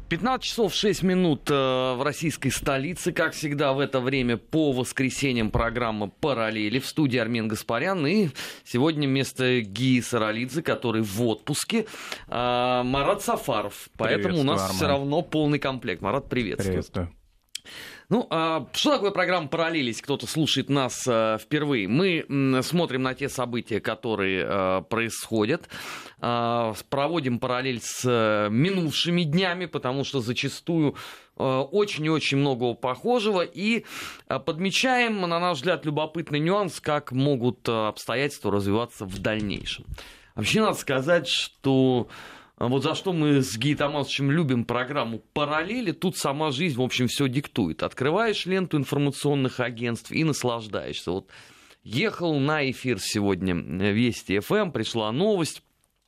15 часов 6 минут в российской столице. Как всегда, в это время по воскресеньям программа «Параллели». В студии Армен Гаспарян. И сегодня вместо Гии Саралидзе, который в отпуске, Марат Сафаров. Поэтому у нас все равно полный комплект. Марат, приветствую. Приветствую. Ну, что такое программа «Параллели», если кто-то слушает нас впервые? Мы смотрим на те события, которые происходят, проводим параллель с минувшими днями, потому что зачастую очень и очень много похожего, и подмечаем, на наш взгляд, любопытный нюанс, как могут обстоятельства развиваться в дальнейшем. Вообще, надо сказать, что... Вот за что мы с Гией Томасовичем любим программу «Параллели», тут сама жизнь, в общем, все диктует. Открываешь ленту информационных агентств и наслаждаешься. Вот ехал на эфир сегодня Вести ФМ, пришла новость.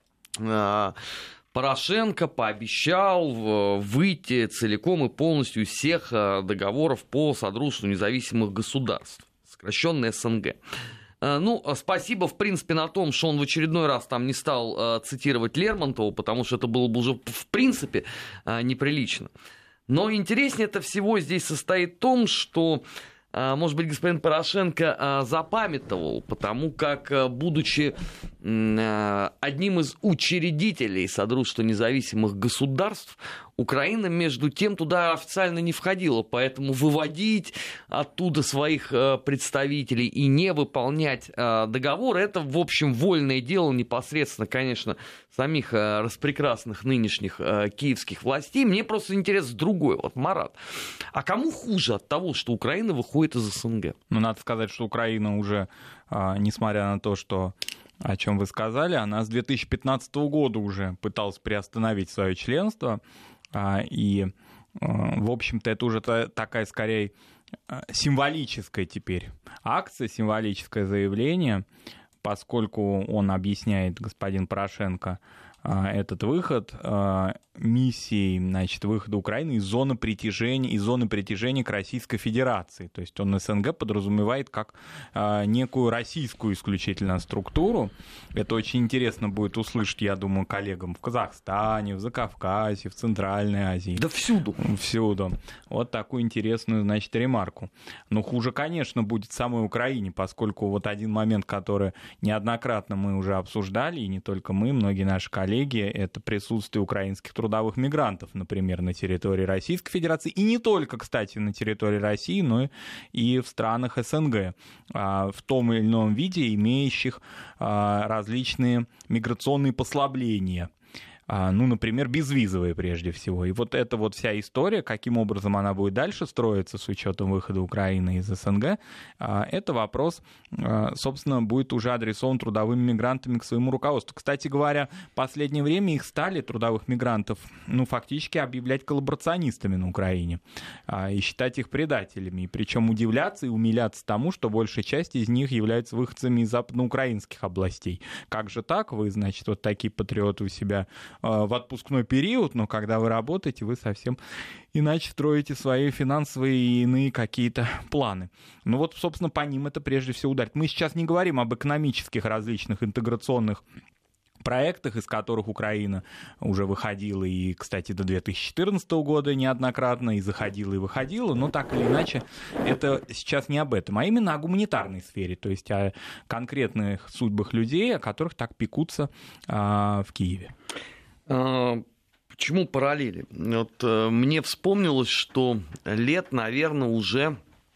Порошенко пообещал выйти целиком и полностью из всех договоров по содружеству независимых государств, сокращенно СНГ. Ну, спасибо, в принципе, на том, что он в очередной раз там не стал цитировать Лермонтова, потому что это было бы уже, в принципе, неприлично. Но интереснее это всего здесь состоит в том, что, может быть, господин Порошенко запамятовал, потому как, будучи одним из учредителей Содружества независимых государств, Украина, между тем, туда официально не входила, поэтому выводить оттуда своих представителей и не выполнять договор, это, в общем, вольное дело непосредственно, конечно, самих распрекрасных нынешних киевских властей. Мне просто интересно другой. Вот, Марат, а кому хуже от того, что Украина выходит из СНГ? Ну, надо сказать, что Украина уже, несмотря на то, что... о чем вы сказали, она с 2015 года уже пыталась приостановить свое членство, и, в общем-то, это уже такая, скорее, символическая теперь акция, символическое заявление, поскольку он объясняет, господин Порошенко, этот выход миссией, значит, выхода Украины из зоны притяжения к Российской Федерации. То есть он СНГ подразумевает как некую российскую исключительно структуру. Это очень интересно будет услышать, я думаю, коллегам в Казахстане, в Закавказье, в Центральной Азии. Да всюду. Всюду. Вот такую интересную, значит, ремарку. Но хуже, конечно, будет самой Украине, поскольку вот один момент, который неоднократно мы уже обсуждали, и не только мы, многие наши коллеги, это присутствие украинских трудовых мигрантов, например, на территории Российской Федерации, и не только, кстати, на территории России, но и в странах СНГ, в том или ином виде имеющих различные миграционные послабления. Ну, например, безвизовые прежде всего. И вот эта вот вся история, каким образом она будет дальше строиться с учетом выхода Украины из СНГ, это вопрос, собственно, будет уже адресован трудовыми мигрантами к своему руководству. Кстати говоря, в последнее время их стали, трудовых мигрантов, ну, фактически объявлять коллаборационистами на Украине и считать их предателями. И причем удивляться и умиляться тому, что большая часть из них являются выходцами из западноукраинских областей. Как же так? Вы, значит, вот такие патриоты у себя в отпускной период, но когда вы работаете, вы совсем иначе строите свои финансовые и иные какие-то планы. Ну вот, собственно, по ним это прежде всего ударит. Мы сейчас не говорим об экономических различных интеграционных проектах, из которых Украина уже выходила и, кстати, до 2014 года неоднократно и заходила, и выходила, но так или иначе это сейчас не об этом, а именно о гуманитарной сфере, то есть о конкретных судьбах людей, о которых так пекутся в Киеве. Почему параллели? Вот, мне вспомнилось, что лет, наверное, уже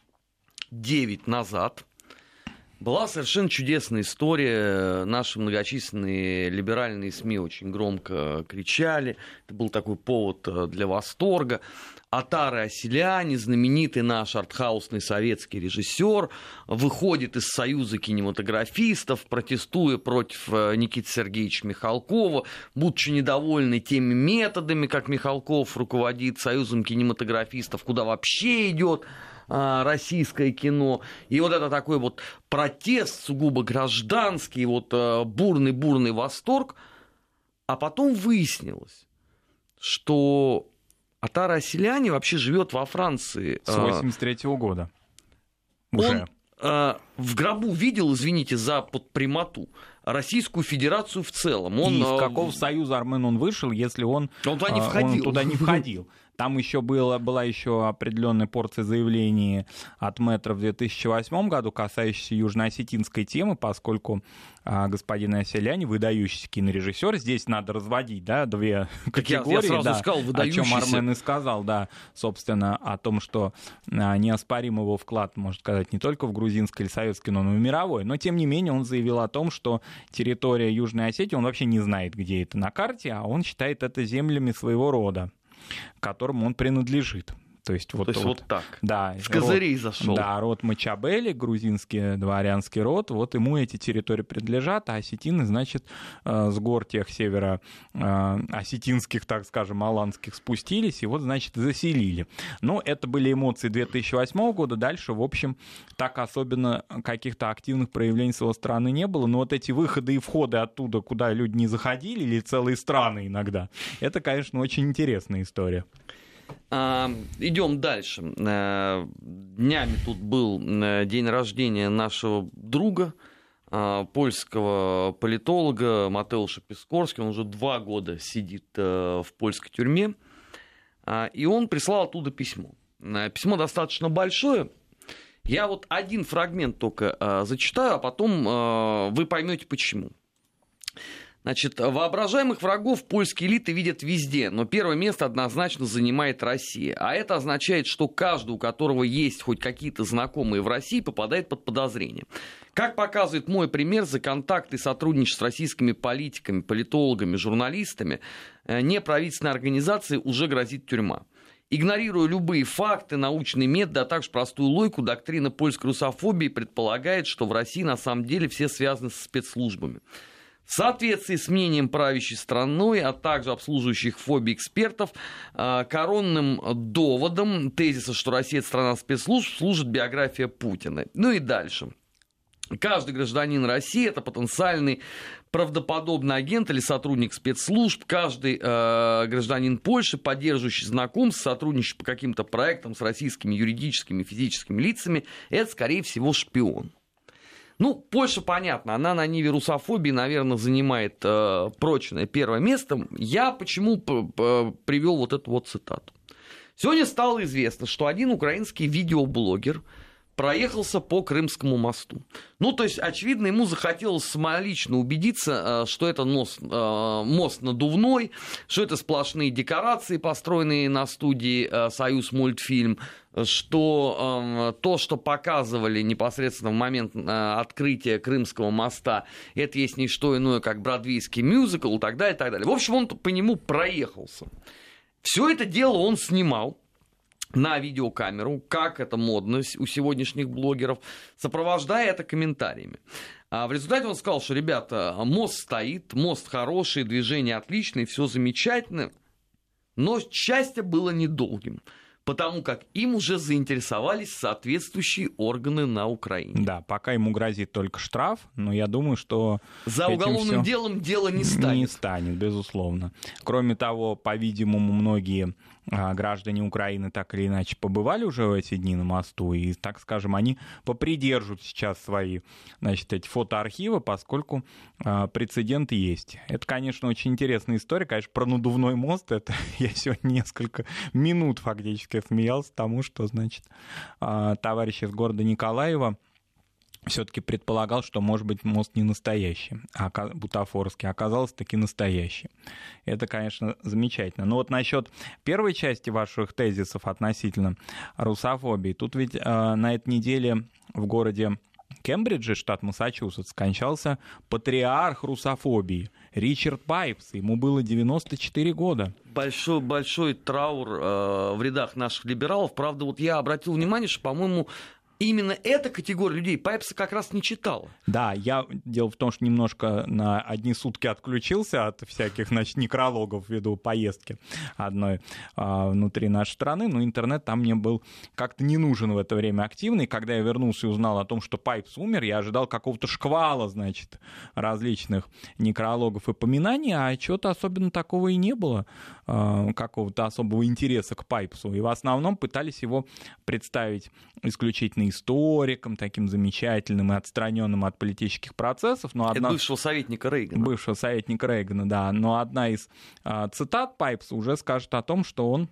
9 назад была совершенно чудесная история. Наши многочисленные либеральные СМИ очень громко кричали. Это был такой повод для восторга. Атар Аселяни, знаменитый наш артхаусный советский режиссер, выходит из Союза кинематографистов, протестуя против Никиты Сергеевича Михалкова, будучи недовольны теми методами, как Михалков руководит Союзом кинематографистов, куда вообще идет российское кино. И вот это такой вот протест сугубо гражданский, вот бурный-бурный восторг. А потом выяснилось, что Атар Аселяни вообще живет во Франции. С 1983 года. Уже. Он в гробу видел, извините за прямоту, Российскую Федерацию в целом. И из какого союза, Армен, он вышел, если он туда не входил? Там еще была еще определенная порция заявлений от мэтра в 2008 году, касающихся южно-осетинской темы, поскольку господин Аселяни, выдающийся кинорежиссер, здесь надо разводить, да, две категории. Я сразу сказал, выдающийся. О чем Армен и сказал, да, собственно, о том, что неоспорим его вклад, можно сказать, не только в грузинское или советское кино, но и в мировое. Но, тем не менее, он заявил о том, что территория Южной Осетии, он вообще не знает, где это на карте, а он считает это землями своего рода, которому он принадлежит. То есть вот так, да, с козырей зашел. Да, род Мачабели, грузинский дворянский род, вот ему эти территории принадлежат, а осетины, значит, с гор тех северо-осетинских, так скажем, аланских спустились и вот, значит, заселили. Но это были эмоции 2008 года, дальше, в общем, так особенно каких-то активных проявлений с его стороны не было, но вот эти выходы и входы оттуда, куда люди не заходили, или целые страны иногда, это, конечно, очень интересная история. Идем дальше. Днями тут был день рождения нашего друга, польского политолога Матеуша Пискорски. Он уже 2 года сидит в польской тюрьме. И он прислал оттуда письмо. Письмо достаточно большое. Я вот один фрагмент только зачитаю, а потом вы поймете почему. Значит, воображаемых врагов польские элиты видят везде, но первое место однозначно занимает Россия. А это означает, что каждый, у которого есть хоть какие-то знакомые в России, попадает под подозрение. Как показывает мой пример, за контакты и сотрудничество с российскими политиками, политологами, журналистами, неправительственной организации уже грозит тюрьма. Игнорируя любые факты, научные методы, а также простую логику, доктрина польской русофобии предполагает, что в России на самом деле все связаны со спецслужбами. В соответствии с мнением правящей страной, а также обслуживающих фобии экспертов, коронным доводом тезиса, что Россия – это страна спецслужб, служит биография Путина. Ну и дальше. Каждый гражданин России – это потенциальный правдоподобный агент или сотрудник спецслужб. Каждый гражданин Польши, поддерживающий знакомство, сотрудничающий по каким-то проектам с российскими юридическими и физическими лицами, это, скорее всего, шпион. Ну, Польша, понятно, она на ниве русофобии, наверное, занимает прочное первое место. Я почему привел вот эту вот цитату. Сегодня стало известно, что один украинский видеоблогер проехался по Крымскому мосту. Ну, то есть, очевидно, ему захотелось самолично убедиться, что это мост надувной, что это сплошные декорации, построенные на студии «Союзмультфильм», что то, что показывали непосредственно в момент открытия Крымского моста, это есть не что иное, как бродвейский мюзикл и так далее, и так далее. В общем, он по нему проехался. Все это дело он снимал на видеокамеру, как это модно у сегодняшних блогеров, сопровождая это комментариями. В результате он сказал, что, ребята, мост стоит, мост хороший, движение отличное, все замечательно, но счастье было недолгим, потому как им уже заинтересовались соответствующие органы на Украине. Да, пока ему грозит только штраф, но я думаю, что за уголовным делом дело не станет. Не станет, безусловно. Кроме того, по-видимому, многие граждане Украины так или иначе побывали уже в эти дни на мосту, и, так скажем, они попридержат сейчас свои, значит, эти фотоархивы, поскольку прецедент есть. Это, конечно, очень интересная история, конечно, про надувной мост, это я сегодня несколько минут фактически смеялся тому, что, значит, товарищ из города Николаева все-таки предполагал, что, может быть, мост не настоящий, бутафорский, оказался таки настоящий. Это, конечно, замечательно. Но вот насчет первой части ваших тезисов относительно русофобии, тут ведь на этой неделе в городе Кембридже, штат Массачусетс, скончался патриарх русофобии Ричард Пайпс. Ему было 94 года. Большой траур в рядах наших либералов. Правда, вот я обратил внимание, что, по-моему, именно эта категория людей Пайпса как раз не читала. Да, дело в том, что немножко на одни сутки отключился от всяких, значит, некрологов ввиду поездки одной внутри нашей страны, но интернет там мне был как-то не нужен в это время активный. Когда я вернулся и узнал о том, что Пайпс умер, я ожидал какого-то шквала, значит, различных некрологов и поминаний, а чего-то особенно такого и не было, какого-то особого интереса к Пайпсу. И в основном пытались его представить исключительно из историком, таким замечательным и отстраненным от политических процессов. Но это бывшего советника Рейгана. Бывшего советника Рейгана, да. Но одна из цитат Пайпса уже скажет о том, что он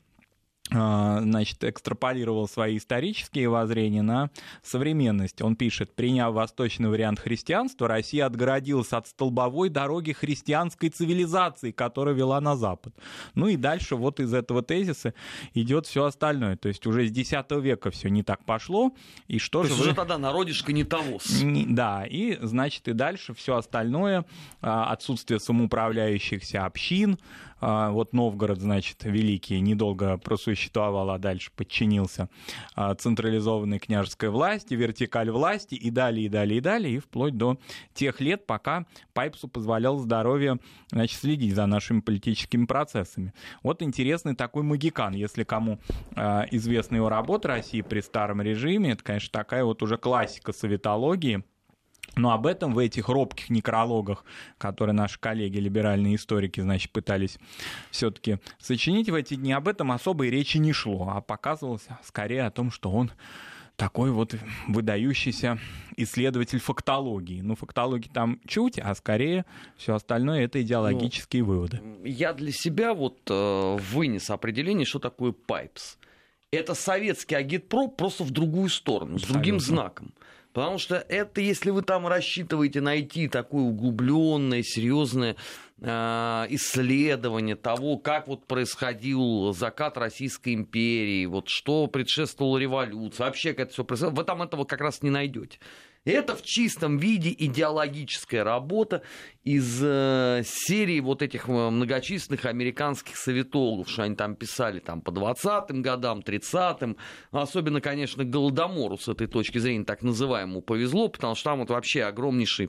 экстраполировал свои исторические воззрения на современность. Он пишет: приняв восточный вариант христианства, Россия отгородилась от столбовой дороги христианской цивилизации, которая вела на Запад. Ну и дальше вот из этого тезиса идет все остальное. То есть уже с X века все не так пошло. И что то же есть уже тогда народишко не того. Да, и значит и дальше все остальное, отсутствие самоуправляющихся общин. Вот Новгород, значит, великий, недолго просуществовал, а дальше подчинился централизованной княжеской власти, вертикаль власти и далее, и далее, и далее, и вплоть до тех лет, пока Пайпсу позволяло здоровье, значит, следить за нашими политическими процессами. Вот интересный такой магикан, если кому известна его работа «Россия при старом режиме», это, конечно, такая вот уже классика советологии. Но об этом в этих робких некрологах, которые наши коллеги, либеральные историки, значит, пытались все-таки сочинить в эти дни, об этом особой речи не шло, а показывалось скорее о том, что он такой вот выдающийся исследователь фактологии. Ну, фактологии там чуть, а скорее все остальное — это идеологические выводы. Я для себя вот вынес определение, что такое Пайпс. Это советский агитпроп, просто в другую сторону, с другим знаком. Потому что это, если вы там рассчитываете найти такое углубленное, серьезное исследование того, как вот происходил закат Российской империи, вот что предшествовала революция, вообще как это все происходило, вы там этого как раз не найдете. Это в чистом виде идеологическая работа из серии вот этих многочисленных американских советологов, что они там писали там, по 20-м годам, 30-м. Особенно, конечно, Голодомору с этой точки зрения так называемому повезло, потому что там вот вообще огромнейший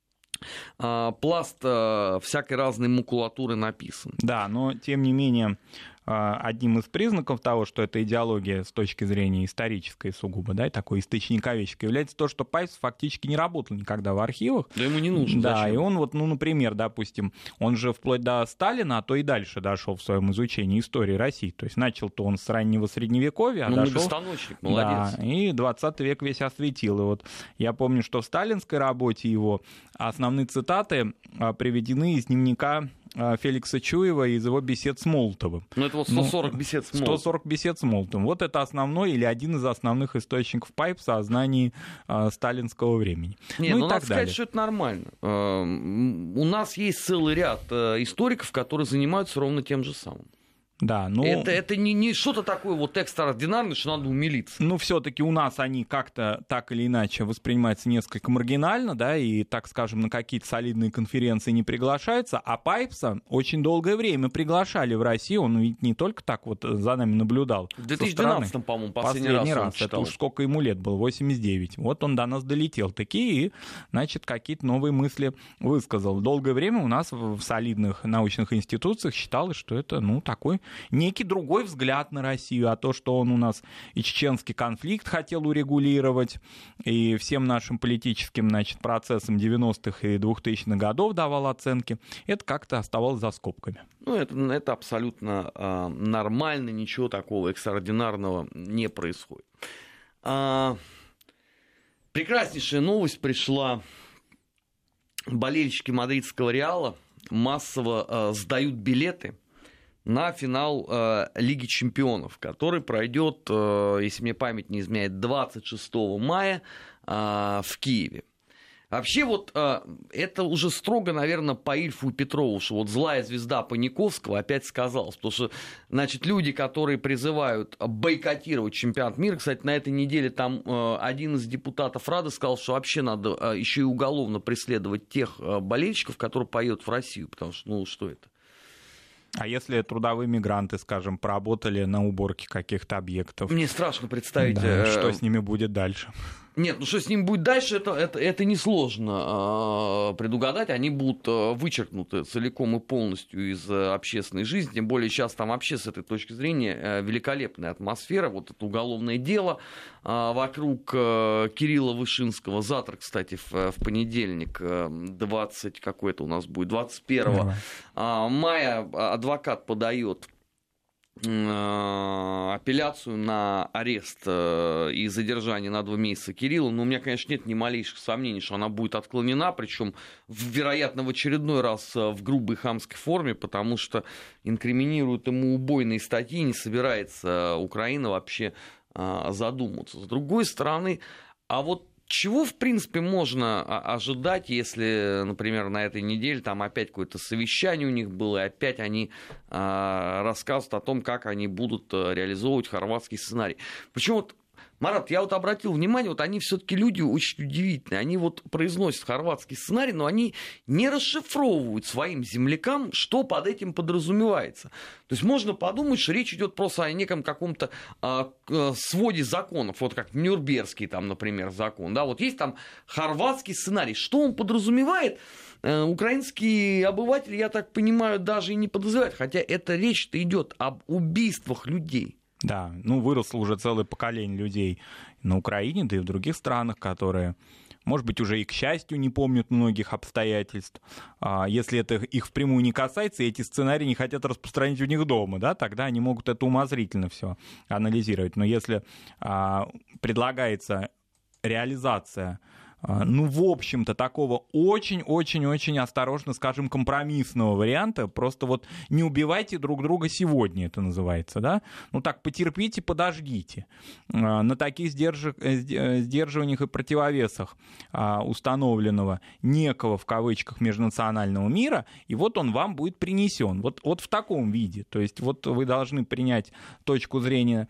пласт всякой разной макулатуры написан. Да, но тем не менее одним из признаков того, что эта идеология с точки зрения исторической сугубо, да, такой источниковедческой, является то, что Пайпс фактически не работал никогда в архивах. Да ему не нужно. Да, зачем? И он вот, ну, например, допустим, он же вплоть до Сталина, а то и дальше дошел в своем изучении истории России. То есть начал-то он с раннего Средневековья, а дошел... многостаночник, молодец. Да, и 20 век весь осветил. И вот я помню, что в сталинской работе его основные цитаты приведены из дневника Феликса Чуева из его бесед с Молотовым. Ну, это вот 140 бесед с Молотовым. 140 бесед с Молотовым. Вот это основной или один из основных источников Пайпса о знании сталинского времени. Нет, ну, и надо так далее. сказать, что это нормально. У нас есть целый ряд историков, которые занимаются ровно тем же самым. Да, но... Это не что-то такое вот экстраординарное, что надо умилиться. Ну, все-таки у нас они как-то так или иначе воспринимаются несколько маргинально, да, и, так скажем, на какие-то солидные конференции не приглашаются, а Пайпса очень долгое время приглашали в Россию, он ведь не только так вот за нами наблюдал. В 2012-м, по-моему, последний раз это уж сколько ему лет было, 89. Вот он до нас долетел такие, и, значит, какие-то новые мысли высказал. Долгое время у нас в солидных научных институциях считалось, что это, ну, такой некий другой взгляд на Россию, а то, что он у нас и чеченский конфликт хотел урегулировать, и всем нашим политическим, значит, процессам 90-х и 2000-х годов давал оценки, это как-то оставалось за скобками. Ну, это абсолютно нормально, ничего такого экстраординарного не происходит. Прекраснейшая новость пришла. Болельщики мадридского Реала массово сдают билеты на финал Лиги Чемпионов, который пройдет, если мне память не изменяет, 26 мая в Киеве. Вообще вот это уже строго, наверное, по Ильфу и Петрову, что вот злая звезда Паниковского опять сказалась, потому что, значит, люди, которые призывают бойкотировать чемпионат мира, кстати, на этой неделе там один из депутатов Рады сказал, что вообще надо еще и уголовно преследовать тех болельщиков, которые поедут в Россию, потому что, ну, что это? А если трудовые мигранты, скажем, поработали на уборке каких-то объектов? Мне страшно представить... Да, что с ними будет дальше? Нет, ну что с ними будет дальше, это несложно предугадать. Они будут вычеркнуты целиком и полностью из общественной жизни. Тем более сейчас там вообще с этой точки зрения великолепная атмосфера. Вот это уголовное дело вокруг Кирилла Вышинского. Завтра, кстати, в понедельник, 20, какой это у нас будет, 21 мая адвокат подает апелляцию на арест и задержание на 2 месяца Кирилла, но у меня, конечно, нет ни малейших сомнений, что она будет отклонена, причем, вероятно, в очередной раз в грубой хамской форме, потому что инкриминируют ему убойные статьи, не собирается Украина вообще задуматься. С другой стороны, а вот чего, в принципе, можно ожидать, если, например, на этой неделе там опять какое-то совещание у них было, и опять они рассказывают о том, как они будут реализовывать хорватский сценарий. Причем вот, Марат, я вот обратил внимание, вот они все-таки люди очень удивительные. Они вот произносят хорватский сценарий, но они не расшифровывают своим землякам, что под этим подразумевается. То есть можно подумать, что речь идет просто о неком каком-то своде законов, вот как Нюрнбергский там, например, закон. Да, вот есть там хорватский сценарий. Что он подразумевает? Украинские обыватели, я так понимаю, даже и не подозревают, хотя эта речь-то идет об убийствах людей. Да, выросло уже целое поколение людей на Украине, да и в других странах, которые, может быть, уже и к счастью не помнят многих обстоятельств. Если это их впрямую не касается, и эти сценарии не хотят распространить у них дома, да, тогда они могут это умозрительно все анализировать. Но если предлагается реализация, в общем-то, такого очень-очень-очень осторожно, скажем, компромиссного варианта, просто вот не убивайте друг друга сегодня, это называется, да? Так потерпите, подождите. На таких сдерживаниях и противовесах установленного некого, в кавычках, межнационального мира, и вот он вам будет принесен. Вот в таком виде. То есть вот вы должны принять точку зрения,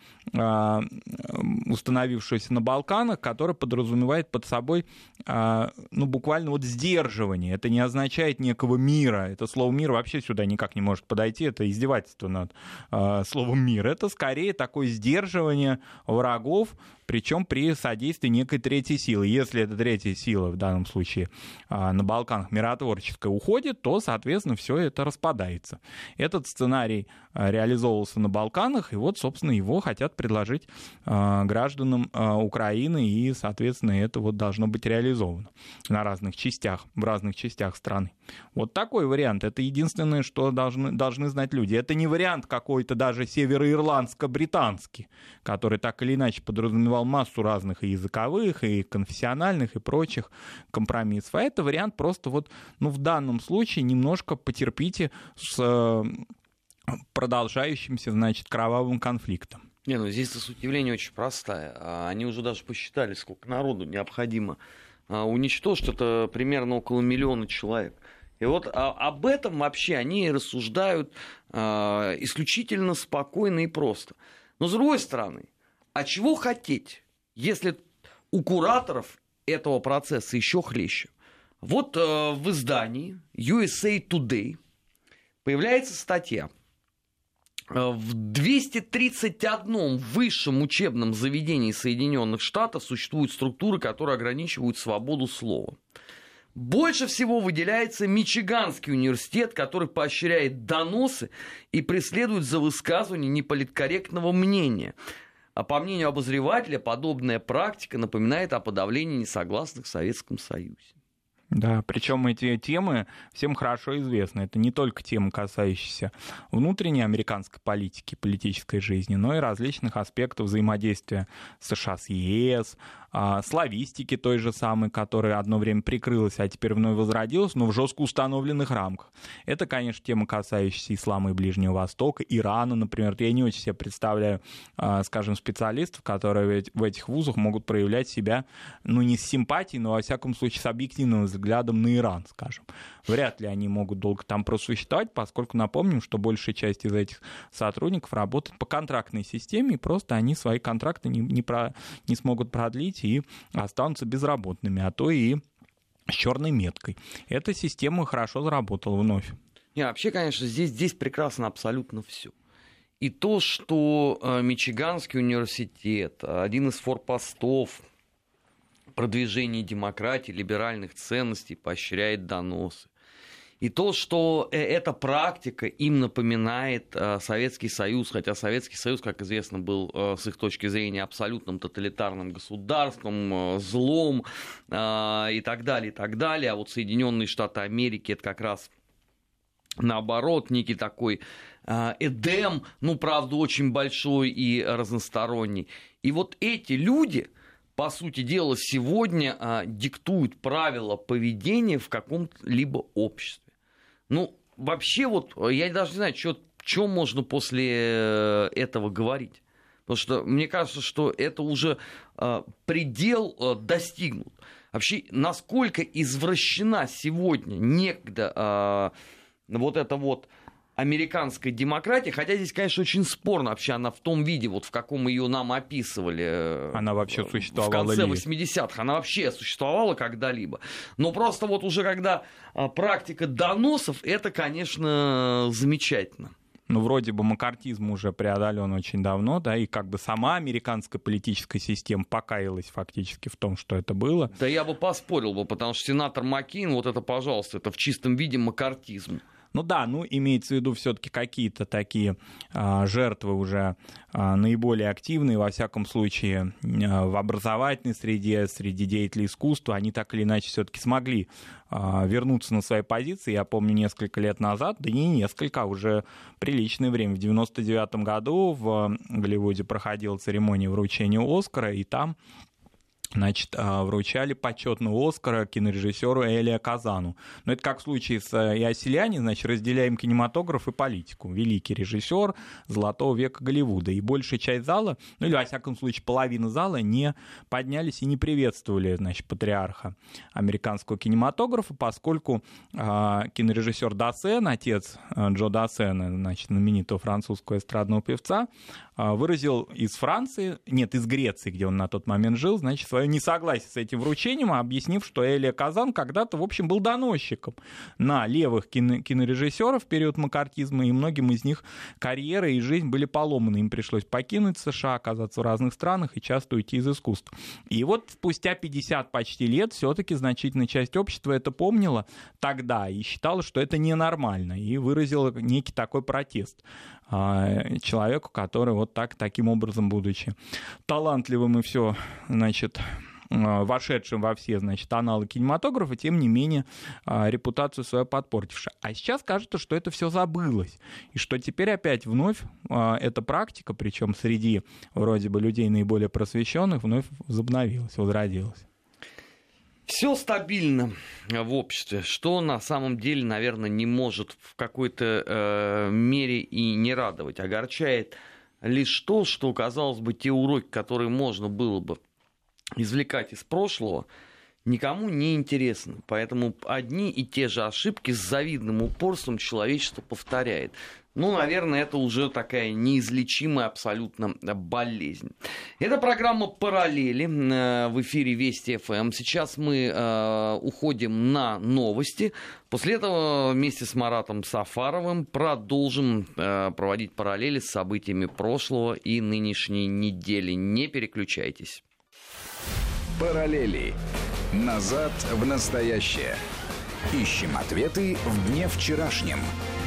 установившуюся на Балканах, которая подразумевает под собой буквально вот сдерживание. Это не означает некого мира. Это слово «мир» вообще сюда никак не может подойти. Это издевательство над словом «мир». Это скорее такое сдерживание врагов, причем при содействии некой третьей силы. Если эта третья сила, в данном случае на Балканах миротворческая, уходит, то, соответственно, все это распадается. Этот сценарий реализовывался на Балканах, и вот, собственно, его хотят предложить гражданам Украины, и, соответственно, это вот должно быть реализовано в разных частях страны. Вот такой вариант. Это единственное, что должны знать люди. Это не вариант какой-то даже североирландско-британский, который так или иначе подразумевал массу разных и языковых, и конфессиональных, и прочих компромиссов. А это вариант просто вот, в данном случае немножко потерпите с продолжающимся, кровавым конфликтом. Здесь сопротивление очень простая. Они уже даже посчитали, сколько народу необходимо уничтожить. Это примерно около 1 миллиона человек. И вот об этом вообще они рассуждают исключительно спокойно и просто. Но с другой стороны, а чего хотеть, если у кураторов этого процесса еще хлеще? Вот в издании USA Today появляется статья. В 231 высшем учебном заведении Соединенных Штатов существуют структуры, которые ограничивают свободу слова. Больше всего выделяется Мичиганский университет, который поощряет доносы и преследует за высказывание неполиткорректного мнения. А по мнению обозревателя, подобная практика напоминает о подавлении несогласных в Советском Союзе. Да, причем эти темы всем хорошо известны. Это не только темы, касающиеся внутренней американской политики, политической жизни, но и различных аспектов взаимодействия США с ЕС, славистики той же самой, которая одно время прикрылась, а теперь вновь возродилась, но в жестко установленных рамках. Это, конечно, тема, касающаяся ислама и Ближнего Востока, Ирана, например. Я не очень себе представляю, скажем, специалистов, которые в этих вузах могут проявлять себя, не с симпатией, но, во всяком случае, с объективным взглядом на Иран, скажем. Вряд ли они могут долго там просуществовать, поскольку напомним, что большая часть из этих сотрудников работает по контрактной системе, и просто они свои контракты не смогут продлить и останутся безработными, а то и с черной меткой. Эта система хорошо заработала вновь. Вообще, конечно, здесь прекрасно абсолютно все. И то, что Мичиганский университет, один из форпостов продвижения демократии, либеральных ценностей, поощряет доносы. И то, что эта практика им напоминает Советский Союз, хотя Советский Союз, как известно, был с их точки зрения абсолютным тоталитарным государством, злом и так далее, и так далее. А вот Соединенные Штаты Америки — это как раз наоборот, некий такой Эдем, ну, правда, очень большой и разносторонний. И вот эти люди, по сути дела, сегодня диктуют правила поведения в каком-либо обществе. Ну, вообще, вот, я даже не знаю, что можно после этого говорить. Потому что мне кажется, что это уже предел достигнут. Вообще, насколько извращена сегодня некогда вот эта вот американская демократия, хотя здесь, конечно, очень спорно вообще она в том виде, вот в каком ее нам описывали. Она вообще существовала в конце ли? 80-х. Она вообще существовала когда-либо. Но просто вот уже когда практика доносов, это, конечно, замечательно. Ну, вроде бы маккартизм уже преодолен очень давно, да, и как бы сама американская политическая система покаялась фактически в том, что это было. Да я бы поспорил бы, потому что сенатор Маккейн, вот это, пожалуйста, это в чистом виде маккартизм. Ну да, ну имеется в виду все-таки какие-то такие жертвы уже наиболее активные, во всяком случае, в образовательной среде, среди деятелей искусства, они так или иначе все-таки смогли вернуться на свои позиции. Я помню, несколько лет назад, да не несколько, а уже приличное время, в 99-м году в Голливуде проходила церемония вручения Оскара, и там, значит, вручали почетного Оскара кинорежиссеру Элиа Казану. Но это как в случае с «Я селянин», значит, разделяем кинематограф и политику. Великий режиссер золотого века Голливуда. И большая часть зала, ну или, во всяком случае, половина зала не поднялись и не приветствовали, значит, патриарха американского кинематографа, поскольку кинорежиссер Дассен, отец Джо Дассена, значит, знаменитого французского эстрадного певца, выразил из Греции, где он на тот момент жил, значит, свое несогласие с этим вручением, объяснив, что Элиа Казан когда-то, в общем, был доносчиком на левых кинорежиссеров в период маккартизма, и многим из них карьера и жизнь были поломаны. Им пришлось покинуть США, оказаться в разных странах и часто уйти из искусства. И вот спустя 50 почти лет все-таки значительная часть общества это помнила тогда и считала, что это ненормально, и выразила некий такой протест человеку, который вот таким образом, будучи талантливым и все, значит, вошедшим во все, значит, аналы кинематографа, тем не менее репутацию свою подпортивший. А сейчас кажется, что это все забылось, и что теперь опять вновь эта практика, причем среди вроде бы людей наиболее просвещенных, вновь возродилась. Все стабильно в обществе, что на самом деле, наверное, не может в какой-то мере и не радовать. Огорчает лишь то, что, казалось бы, те уроки, которые можно было бы извлекать из прошлого, никому не интересны. Поэтому одни и те же ошибки с завидным упорством человечество повторяет. Ну, наверное, это уже такая неизлечимая абсолютно болезнь. Это программа «Параллели» в эфире Вести ФМ. Сейчас мы уходим на новости. После этого вместе с Маратом Сафаровым продолжим проводить параллели с событиями прошлого и нынешней недели. Не переключайтесь. Параллели. Назад в настоящее. Ищем ответы в дне вчерашнем.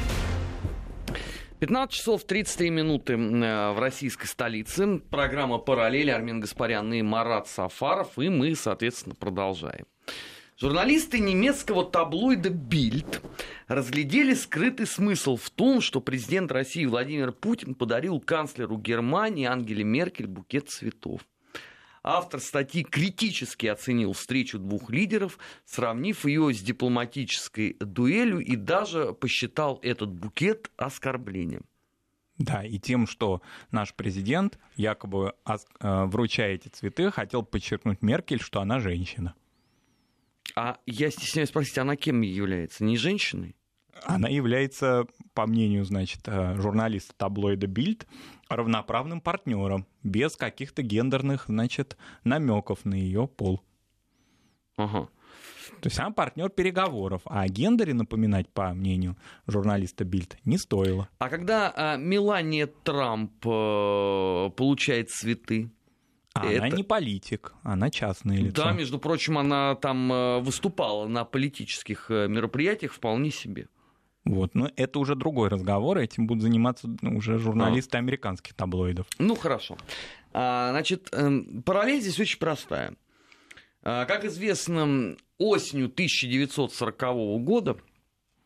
15 часов 33 минуты в российской столице. Программа «Параллели». Армен Гаспарян и Марат Сафаров. И мы, соответственно, продолжаем. Журналисты немецкого таблоида «Бильд» разглядели скрытый смысл в том, что президент России Владимир Путин подарил канцлеру Германии Ангеле Меркель букет цветов. Автор статьи критически оценил встречу двух лидеров, сравнив ее с дипломатической дуэлью, и даже посчитал этот букет оскорблением. Да, и тем, что наш президент, якобы вручая эти цветы, хотел подчеркнуть Меркель, что она женщина. А я стесняюсь спросить, она кем является? Не женщиной? Она является, по мнению, значит, журналиста таблоида «Бильд», равноправным партнером, без каких-то гендерных, значит, намеков на ее пол. Ага. То есть она партнер переговоров, а о гендере напоминать, по мнению журналиста «Бильд», не стоило. А когда Мелания Трамп получает цветы? Она не политик, она частное лицо. Да, между прочим, она там выступала на политических мероприятиях вполне себе. Вот, но это уже другой разговор, этим будут заниматься уже журналисты американских таблоидов. Ну, хорошо. Значит, параллель здесь очень простая. Как известно, осенью 1940 года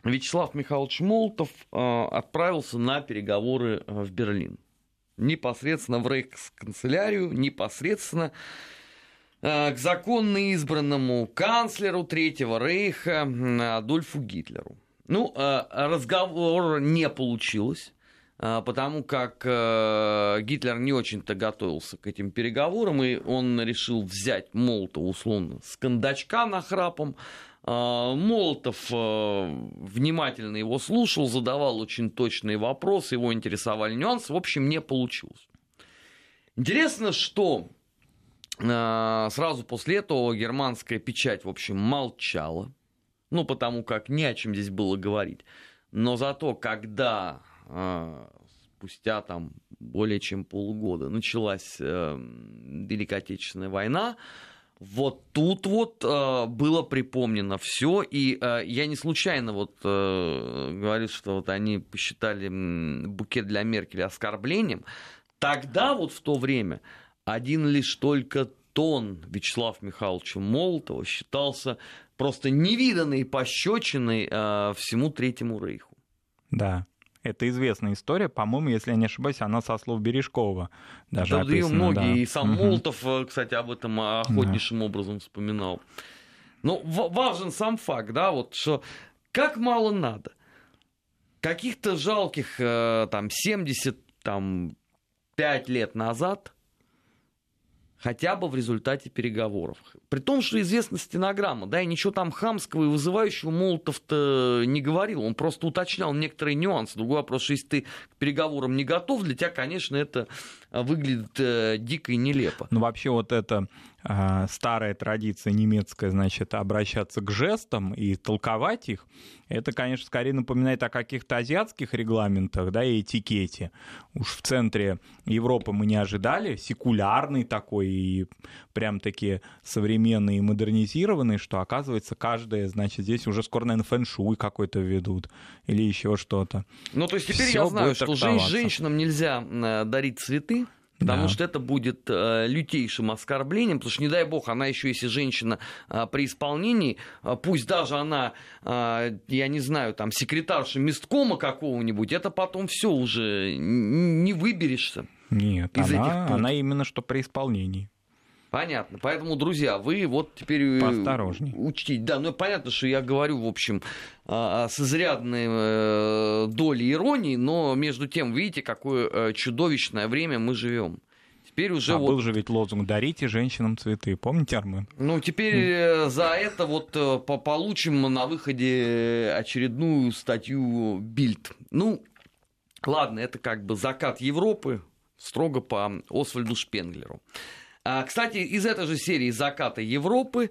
Вячеслав Михайлович Молотов отправился на переговоры в Берлин. Непосредственно в рейхсканцелярию, непосредственно к законно избранному канцлеру Третьего Рейха Адольфу Гитлеру. Ну, разговор не получилось, потому как Гитлер не очень-то готовился к этим переговорам, и он решил взять Молотова условно с кондачка нахрапом. Молотов внимательно его слушал, задавал очень точные вопросы, его интересовали нюансы. В общем, не получилось. Интересно, что сразу после этого германская печать, в общем, молчала. Ну, потому как не о чем здесь было говорить. Но зато, когда спустя там более чем полгода началась Великая Отечественная война, вот тут вот было припомнено все, и я не случайно вот говорю, что вот они посчитали букет для Меркель оскорблением. Тогда вот в то время один лишь только тон Вячеслава Михайловича Молотова считался просто невиданной пощечиной всему Третьему Рейху. Да. Это известная история, по-моему, если я не ошибаюсь, она со слов Бережкова даже да, описана. Многие, да. И сам Молотов, кстати, об этом охотнейшим образом вспоминал. Но важен сам факт, да, вот что как мало надо. Каких-то жалких там 75 лет назад хотя бы в результате переговоров. При том, что известна стенограмма, да, и ничего там хамского и вызывающего Молотов-то не говорил, он просто уточнял некоторые нюансы. Другой вопрос, что если ты к переговорам не готов, для тебя, конечно, это выглядит дико и нелепо. Ну, вообще вот это старая традиция немецкая, значит, обращаться к жестам и толковать их, это, конечно, скорее напоминает о каких-то азиатских регламентах, да, и этикете. Уж в центре Европы мы не ожидали, секулярный такой и прям-таки современный и модернизированный, что, оказывается, каждое, значит, здесь уже скоро, наверное, фэн-шуй какой-то введут или еще что-то. Ну, то есть теперь я знаю, что женщинам нельзя дарить цветы, потому что это будет лютейшим оскорблением, потому что, не дай бог, она еще, если женщина при исполнении, пусть даже она, я не знаю, там, секретарша месткома какого-нибудь, это потом все уже не выберешься. Нет, она именно что при исполнении. Понятно. Поэтому, друзья, вы вот теперь поосторожней учтите. Да, ну понятно, что я говорю, в общем, с изрядной долей иронии, но между тем, видите, какое чудовищное время мы живем. Теперь уже был же ведь лозунг «Дарите женщинам цветы». Помните, Армен? Ну, теперь за это вот получим на выходе очередную статью «Бильд». Ну, ладно, это как бы закат Европы, строго по Освальду Шпенглеру. Кстати, из этой же серии «Заката Европы»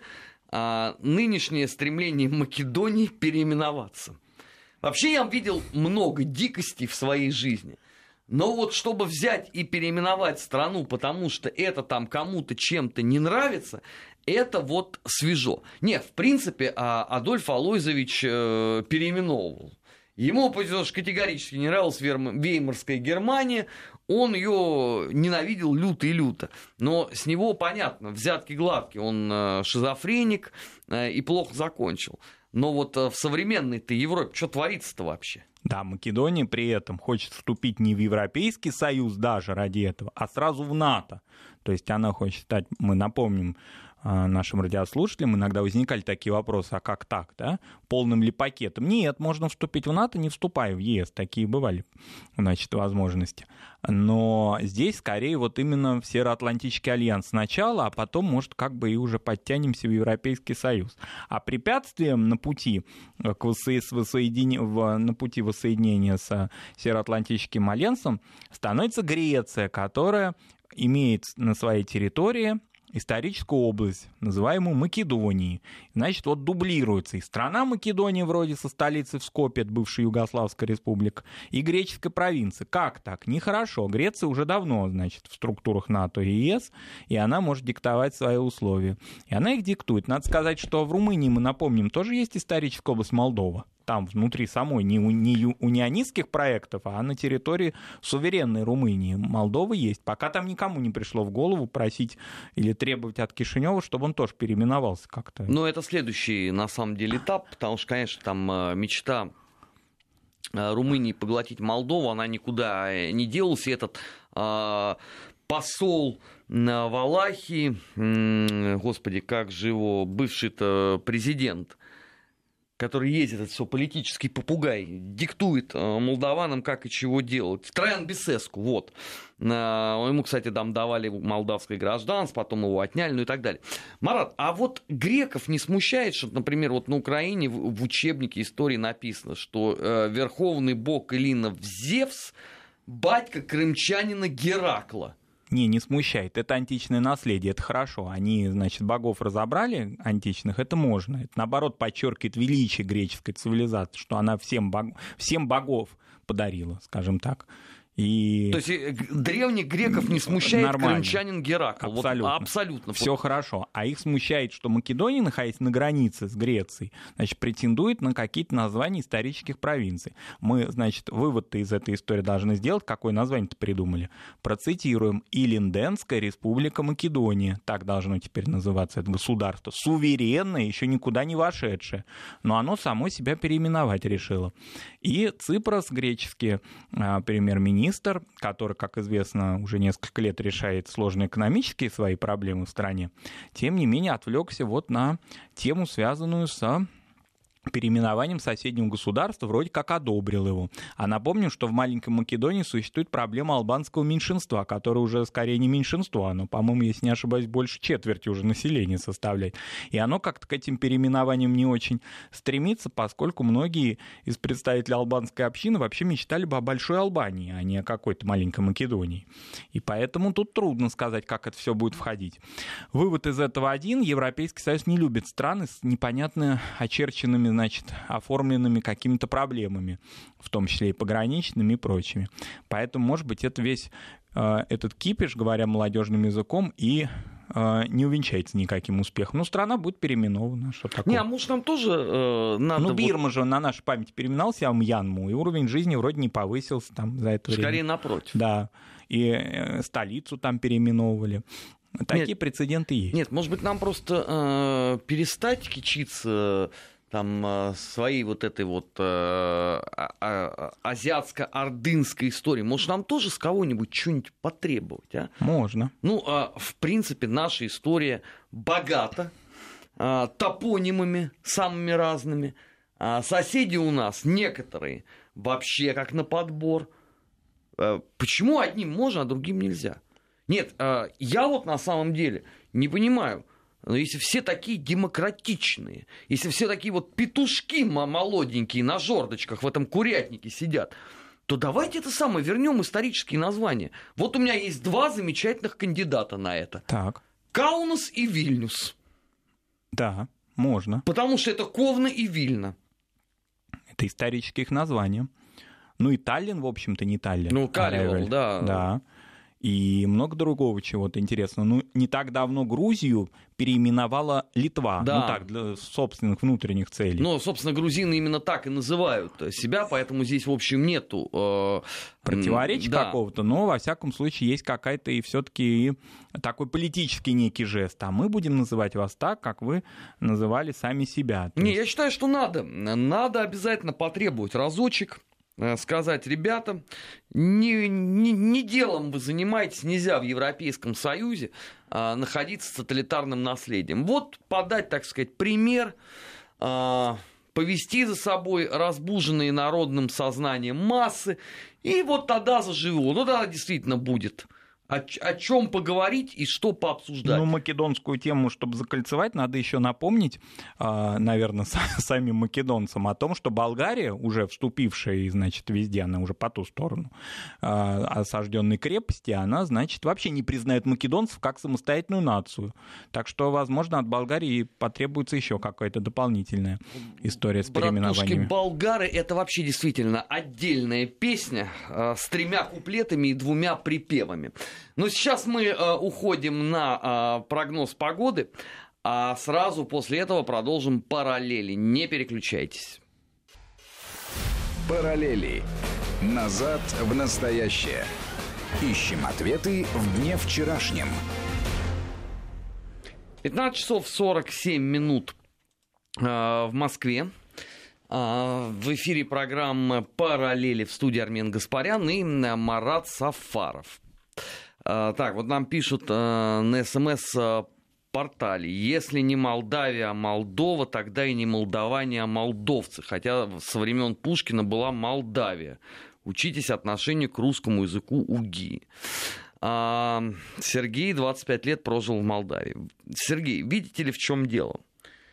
нынешнее стремление Македонии переименоваться. Вообще я видел много дикостей в своей жизни. Но вот чтобы взять и переименовать страну, потому что это там кому-то чем-то не нравится, это вот свежо. Нет, в принципе, Адольф Алойзович переименовывал. Ему категорически не нравилась Веймарская Германия, он ее ненавидел люто и люто. Но с него, понятно, взятки гладкие, он шизофреник и плохо закончил. Но вот в современной-то Европе что творится-то вообще? Да, Македония при этом хочет вступить не в Европейский Союз даже ради этого, а сразу в НАТО. То есть она хочет стать, мы напомним нашим радиослушателям, иногда возникали такие вопросы, а как так, да? Полным ли пакетом? Нет, можно вступить в НАТО, не вступая в ЕС. Такие бывали, значит, возможности. Но здесь скорее вот именно в Североатлантический альянс сначала, а потом, может, как бы и уже подтянемся в Европейский Союз. А препятствием на пути воссоединения с Североатлантическим альянсом становится Греция, которая имеет на своей территории историческую область, называемую Македонией. Значит, вот дублируется и страна Македония, вроде со столицей в Скопье, бывшая Югославская республика, и греческая провинция. Как так? Нехорошо. Греция уже давно, значит, в структурах НАТО и ЕС, и она может диктовать свои условия. И она их диктует. Надо сказать, что в Румынии, мы напомним, тоже есть историческая область Молдова. Там внутри самой, не унионистских проектов, а на территории суверенной Румынии. Молдова есть. Пока там никому не пришло в голову просить или требовать от Кишинева, чтобы он тоже переименовался как-то. Но это следующий, на самом деле, этап, потому что, конечно, там мечта Румынии поглотить Молдову, она никуда не делась. И этот посол Валахии, господи, как же его, бывший-то президент, который ездит, это все политический попугай, диктует молдаванам, как и чего делать. Троян Бесеску, вот. Ему, кстати, там давали молдавское гражданство, потом его отняли, ну и так далее. Марат, а вот греков не смущает, что, например, вот на Украине в учебнике истории написано, что верховный бог эллинов Зевс, батька крымчанина Геракла. Не смущает. Это античное наследие, это хорошо. Они, значит, богов разобрали, античных, это можно. Это, наоборот, подчеркивает величие греческой цивилизации, что она всем богов подарила, скажем так. То есть древних греков не смущает нормально. крымчанин Геракл? Абсолютно. Вот, абсолютно. Все хорошо. А их смущает, что Македония, находясь на границе с Грецией, значит, претендует на какие-то названия исторических провинций. Мы, значит, вывод-то из этой истории должны сделать. Какое название-то придумали? Процитируем. Илинденская республика Македония. Так должно теперь называться это государство. Суверенное, еще никуда не вошедшее. Но оно само себя переименовать решило. И Ципрос, греческий премьер-министр, который, как известно, уже несколько лет решает сложные экономические свои проблемы в стране, тем не менее отвлекся вот на тему, связанную с переименованием соседнего государства, вроде как одобрил его. А напомню, что в маленькой Македонии существует проблема албанского меньшинства, которое уже скорее не меньшинство, оно, по-моему, если не ошибаюсь, больше четверти уже населения составляет. И оно как-то к этим переименованиям не очень стремится, поскольку многие из представителей албанской общины вообще мечтали бы о большой Албании, а не о какой-то маленькой Македонии. И поэтому тут трудно сказать, как это все будет входить. Вывод из этого один. Европейский Союз не любит страны с непонятно очерченными, значит, оформленными какими-то проблемами, в том числе и пограничными и прочими. Поэтому, может быть, это весь этот кипиш, говоря молодежным языком, и не увенчается никаким успехом. Но страна будет переименована. Что такое? Не, а может нам тоже надо... Ну, Бирма же на нашей памяти переименовался в Мьянму, и уровень жизни вроде не повысился там за это время. Скорее напротив. Да, и столицу там переименовывали. Такие прецеденты есть. Нет, может быть, нам просто перестать кичиться там своей вот этой вот азиатско-ордынской истории. Может, нам тоже с кого-нибудь что-нибудь потребовать, а? Можно. Ну, в принципе, наша история богата топонимами самыми разными. Соседи у нас некоторые вообще как на подбор. Почему одним можно, а другим нельзя? Нет, я вот на самом деле не понимаю, но если все такие демократичные, если все такие вот петушки молоденькие на жердочках в этом курятнике сидят, то давайте это самое, вернем исторические названия. Вот у меня есть два замечательных кандидата на это. Так. Каунас и Вильнюс. Да, можно. Потому что это Ковна и Вильна. Это исторические их названия. Ну и Таллин, в общем-то, не Таллин. Ну, Калевал, да. Да. И много другого чего-то интересного. Ну, не так давно Грузию переименовала Литва. Да. Ну так, для собственных внутренних целей. Но, собственно, грузины именно так и называют себя, поэтому здесь, в общем, нету... противоречия какого-то, но, во всяком случае, есть какая-то и все-таки такой политический некий жест. А мы будем называть вас так, как вы называли сами себя. Не, я считаю, что надо. Надо обязательно потребовать разочек, сказать, ребята, не делом вы занимаетесь, нельзя в Европейском Союзе находиться с тоталитарным наследием. Вот подать, так сказать, пример, повести за собой разбуженные народным сознанием массы, и вот тогда заживу. Ну, тогда действительно будет о чем поговорить и что пообсуждать. Ну, македонскую тему, чтобы закольцевать, надо еще напомнить, наверное, самим македонцам о том, что Болгария, уже вступившая, значит, везде, она уже по ту сторону осажденной крепости, она, значит, вообще не признает македонцев как самостоятельную нацию. Так что, возможно, от Болгарии потребуется еще какая-то дополнительная история с переименованиями. Болгары — это вообще действительно отдельная песня с 3 куплетами и 2 припевами. Но сейчас мы уходим на прогноз погоды, а сразу после этого продолжим параллели. Не переключайтесь. Параллели. Назад в настоящее. Ищем ответы в дне вчерашнем. 15 часов 47 минут в Москве. В эфире программы «Параллели», в студии Армен Гаспарян и Марат Сафаров. Так, вот нам пишут на СМС-портале: если не Молдавия, а Молдова, тогда и не молдаване, а молдовцы. Хотя со времен Пушкина была Молдавия. Учитесь отношению к русскому языку УГИ. Сергей 25 лет прожил в Молдавии. Сергей, видите ли, в чем дело?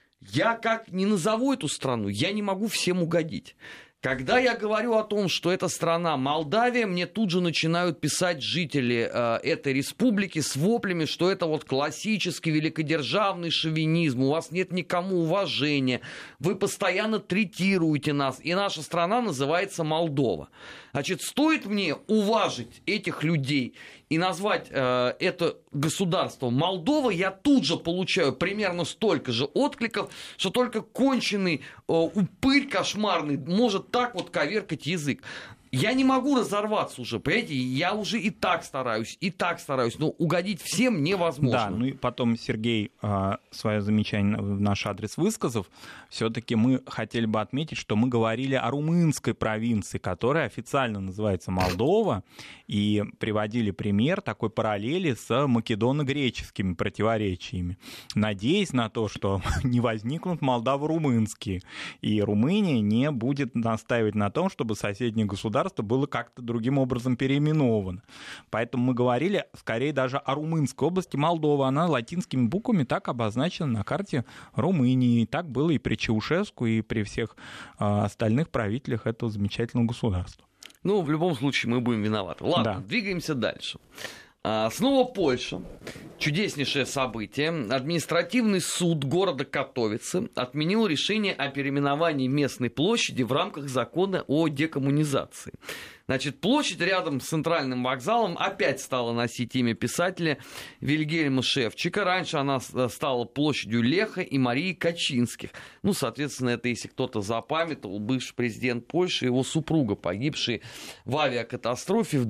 Я как не назову эту страну, я не могу всем угодить. Когда я говорю о том, что эта страна Молдавия, мне тут же начинают писать жители этой республики с воплями, что это вот классический великодержавный шовинизм, у вас нет никому уважения, вы постоянно третируете нас, и наша страна называется Молдова. Значит, стоит мне уважить этих людей и назвать это государство Молдова, я тут же получаю примерно столько же откликов, что только конченый упырь кошмарный может так вот коверкать язык. Я не могу разорваться уже, понимаете, я уже и так стараюсь, но угодить всем невозможно. Да, ну и потом Сергей свое замечание в наш адрес высказав, все-таки мы хотели бы отметить, что мы говорили о румынской провинции, которая официально называется Молдова, и приводили пример такой параллели с македоно-греческими противоречиями, надеясь на то, что не возникнут молдаво-румынские, и Румыния не будет настаивать на том, чтобы соседнее государство было как-то другим образом переименовано. Поэтому мы говорили скорее даже о Румынской области Молдова. Она латинскими буквами так обозначена на карте Румынии. Так было и при Чаушеску, и при всех остальных правителях этого замечательного государства. Ну, в любом случае, мы будем виноваты. Ладно, да. Двигаемся дальше. Снова Польша. Чудеснейшее событие. Административный суд города Катовице отменил решение о переименовании местной площади в рамках закона о декоммунизации. Значит, площадь рядом с центральным вокзалом опять стала носить имя писателя Вильгельма Шевчика. Раньше она стала площадью Леха и Марии Качинских. Ну, соответственно, это, если кто-то запамятовал, бывший президент Польши и его супруга, погибшие в авиакатастрофе в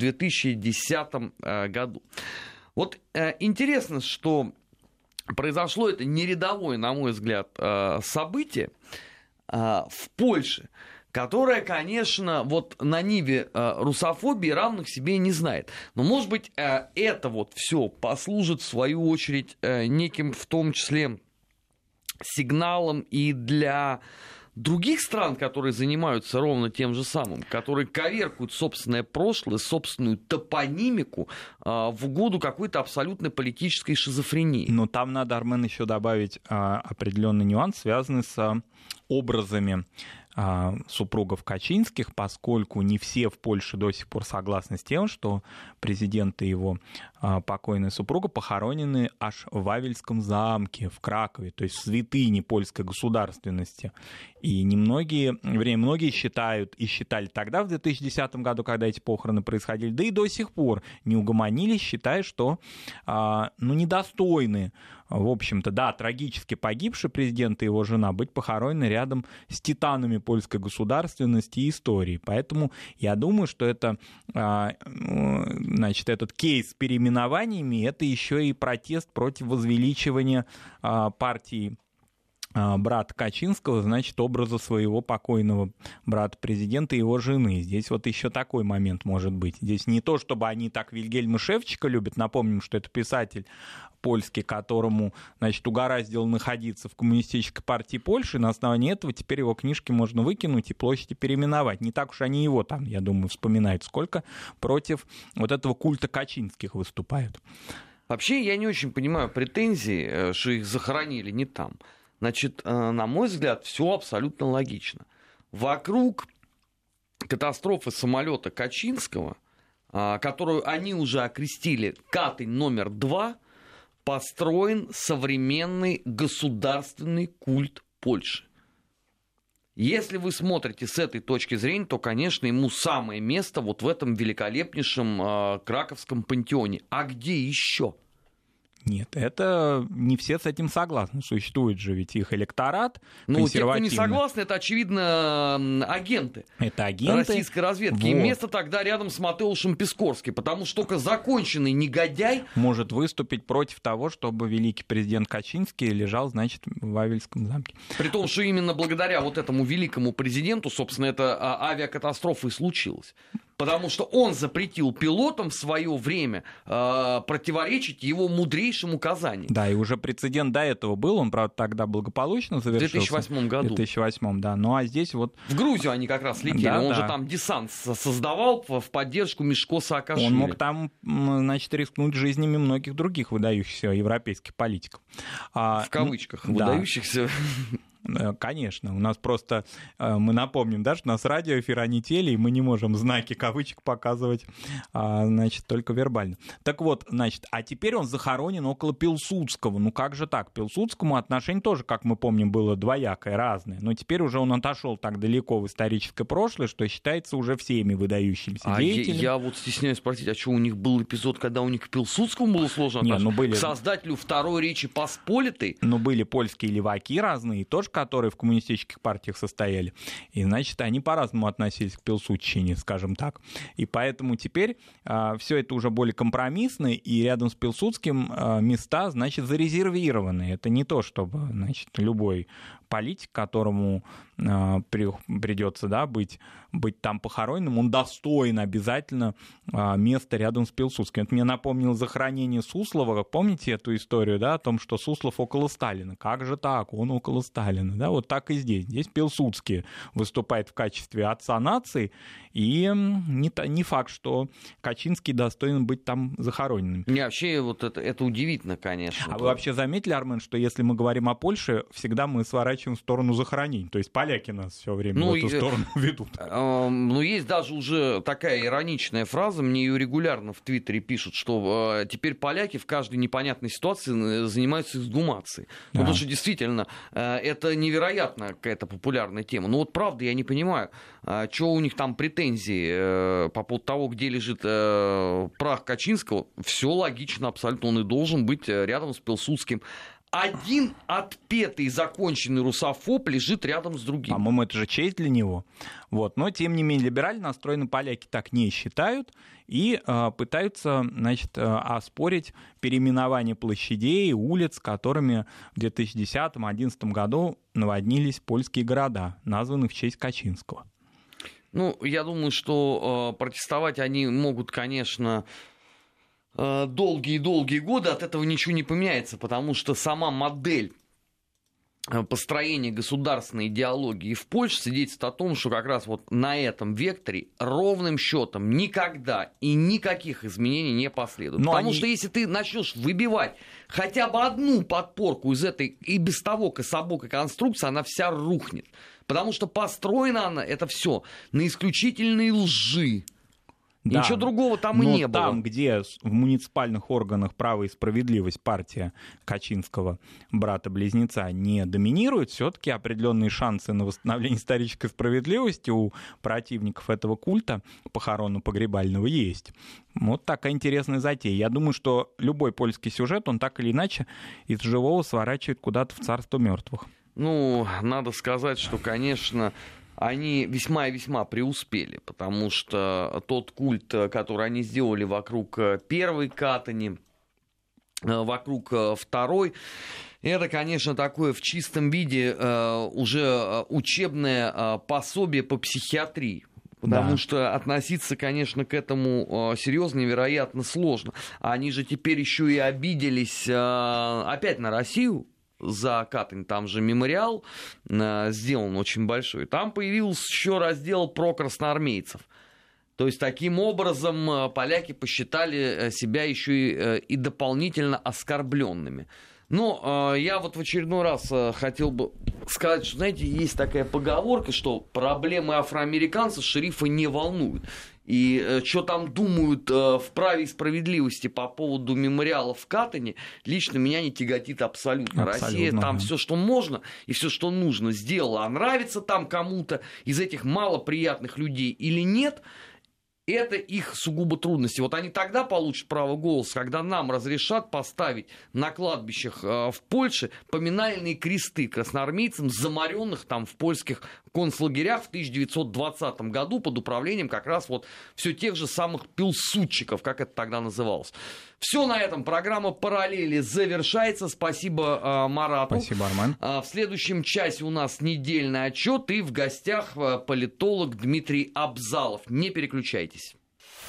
2010 году. Вот интересно, что произошло это не рядовое, на мой взгляд, событие в Польше, которая, конечно, вот на ниве русофобии равных себе не знает. Но, может быть, это вот все послужит, в свою очередь, неким, в том числе, сигналом и для других стран, которые занимаются ровно тем же самым, которые коверкуют собственное прошлое, собственную топонимику в угоду какой-то абсолютной политической шизофрении. Но там надо, Армен, еще добавить определенный нюанс, связанный с образами супругов Качинских, поскольку не все в Польше до сих пор согласны с тем, что президент и его покойная супруга похоронены аж в Вавельском замке в Кракове, то есть в святыне польской государственности. И многие считают и считали тогда, в 2010 году, когда эти похороны происходили, да и до сих пор не угомонились, считая, что недостойны, в общем-то, да, трагически погибший президент и его жена быть похоронены рядом с титанами польской государственности и истории. Поэтому я думаю, что этот кейс с переименованиями, это еще и протест против возвеличивания партии брата Качинского, значит, образа своего покойного брата-президента и его жены. Здесь вот еще такой момент может быть. Здесь не то, чтобы они так Вильгельма Шевчика любят. Напомним, что это писатель польский, которому, значит, угораздило находиться в коммунистической партии Польши. На основании этого теперь его книжки можно выкинуть и площади переименовать. Не так уж они его там, я думаю, вспоминают, сколько против вот этого культа Качинских выступают. Вообще, я не очень понимаю претензии, что их захоронили не там. Значит, на мой взгляд, все абсолютно логично. Вокруг катастрофы самолета Качинского, которую они уже окрестили Катынь номер 2, построен современный государственный культ Польши. Если вы смотрите с этой точки зрения, то, конечно, ему самое место вот в этом великолепнейшем краковском пантеоне. А где еще? Нет, это не все с этим согласны. Существует же ведь их электорат Ну, те, кто не консервативный. согласны, это, очевидно, агенты Это агенты. российской разведки. И Вот. место тогда рядом с Матеушем Пискорским, потому что только законченный негодяй... Может выступить против того, чтобы великий президент Качинский лежал, значит, в Вавельском замке. При том, что именно благодаря вот этому великому президенту, собственно, эта авиакатастрофа и случилась. Потому что он запретил пилотам в свое время противоречить его мудрейшим указаниям. Да, и уже прецедент до этого был, он, правда, тогда благополучно завершился. В 2008 году. В 2008, да. Ну, а здесь вот... В Грузию они как раз летели. Да, Он да. же там десант создавал в поддержку Мишко Саакашвили. Он мог там, значит, рискнуть жизнями многих других выдающихся европейских политиков. В кавычках, да. выдающихся. Конечно, у нас просто, мы напомним, да, что у нас радиоэфир, а не теле, и мы не можем знаки кавычек показывать, значит, только вербально. Так вот, значит, а теперь он захоронен около Пилсудского. Ну как же так? К Пилсудскому отношение тоже, как мы помним, было двоякое, разное. Но теперь уже он отошел так далеко в историческое прошлое, что считается уже всеми выдающимися деятелями. Я вот стесняюсь спросить, а что, у них был эпизод, когда у них к Пилсудскому было сложно отношение? К создателю Второй Речи Посполитой? Ну, были польские леваки разные, тоже которые в коммунистических партиях состояли. И, значит, они по-разному относились к Пилсудщине, скажем так. И поэтому теперь все это уже более компромиссно, и рядом с Пилсудским места, значит, зарезервированы. Это не то, чтобы, значит, любой политик, которому придется, да, быть там похороненным, он достоин обязательно места рядом с Пилсудским. Это мне напомнило захоронение Суслова. Помните эту историю, да, о том, что Суслов около Сталина? Как же так? Он около Сталина. Да, вот так и здесь. Здесь Пилсудский выступает в качестве отца нации, и не факт, что Качинский достоин быть там захороненным. Не, вообще вот это удивительно, конечно. А вы вообще заметили, Армен, что если мы говорим о Польше, всегда мы сворачиваем в сторону захоронений. То есть поляки нас все время в эту сторону ведут. Ну, есть даже уже такая ироничная фраза, мне ее регулярно в Твиттере пишут, что теперь поляки в каждой непонятной ситуации занимаются эксгумацией. Да. Потому что действительно, это невероятно какая-то популярная тема. Но вот правда я не понимаю, что у них там претензии по поводу того, где лежит прах Качинского. Все логично абсолютно, он и должен быть рядом с Пилсудским. Один отпетый законченный русофоб лежит рядом с другим. По-моему, это же честь для него. Вот. Но, тем не менее, либерально настроенные поляки так не считают и пытаются, значит, оспорить переименование площадей и улиц, которыми в 2010-2011 году наводнились польские города, названные в честь Качинского. Ну, я думаю, что протестовать они могут, конечно, долгие-долгие годы, от этого ничего не поменяется, потому что сама модель построения государственной идеологии в Польше свидетельствует о том, что как раз вот на этом векторе ровным счетом никогда и никаких изменений не последует. Потому что если ты начнешь выбивать хотя бы одну подпорку из этой и без того кособокой конструкции, она вся рухнет. Потому что построена она, это все на исключительной лжи. Да, ничего другого там и не было. Там, где в муниципальных органах «Право и справедливость» партия Качинского, брата-близнеца, не доминирует, все-таки определенные шансы на восстановление исторической справедливости у противников этого культа похоронно-погребального есть. Вот такая интересная затея. Я думаю, что любой польский сюжет, он так или иначе из живого сворачивает куда-то в царство мертвых. Ну, надо сказать, что, конечно, они весьма и весьма преуспели, потому что тот культ, который они сделали вокруг первой Катани, вокруг второй, это, конечно, такое в чистом виде уже учебное пособие по психиатрии. Потому что относиться, конечно, к этому серьезно невероятно сложно. Они же теперь еще и обиделись опять на Россию. За Катань, там же мемориал сделан очень большой. Там появился еще раздел про красноармейцев. То есть, таким образом, поляки посчитали себя еще и дополнительно оскорбленными. Но я вот в очередной раз хотел бы сказать, что, знаете, есть такая поговорка, что проблемы афроамериканцев шерифа не волнуют. И что там думают в праве и справедливости по поводу мемориала в Катани, лично меня не тяготит абсолютно. Россия там все, что можно и все, что нужно, сделала. А нравится там кому-то из этих малоприятных людей или нет, это их сугубо трудности. Вот они тогда получат право голоса, когда нам разрешат поставить на кладбищах в Польше поминальные кресты красноармейцам, замаренных там в польских концлагерях в 1920 году под управлением как раз вот все тех же самых пилсудчиков, как это тогда называлось. Все на этом. Программа «Параллели» завершается. Спасибо Марату. Спасибо, Армен. В следующем часе у нас недельный отчет и в гостях политолог Дмитрий Абзалов. Не переключайтесь.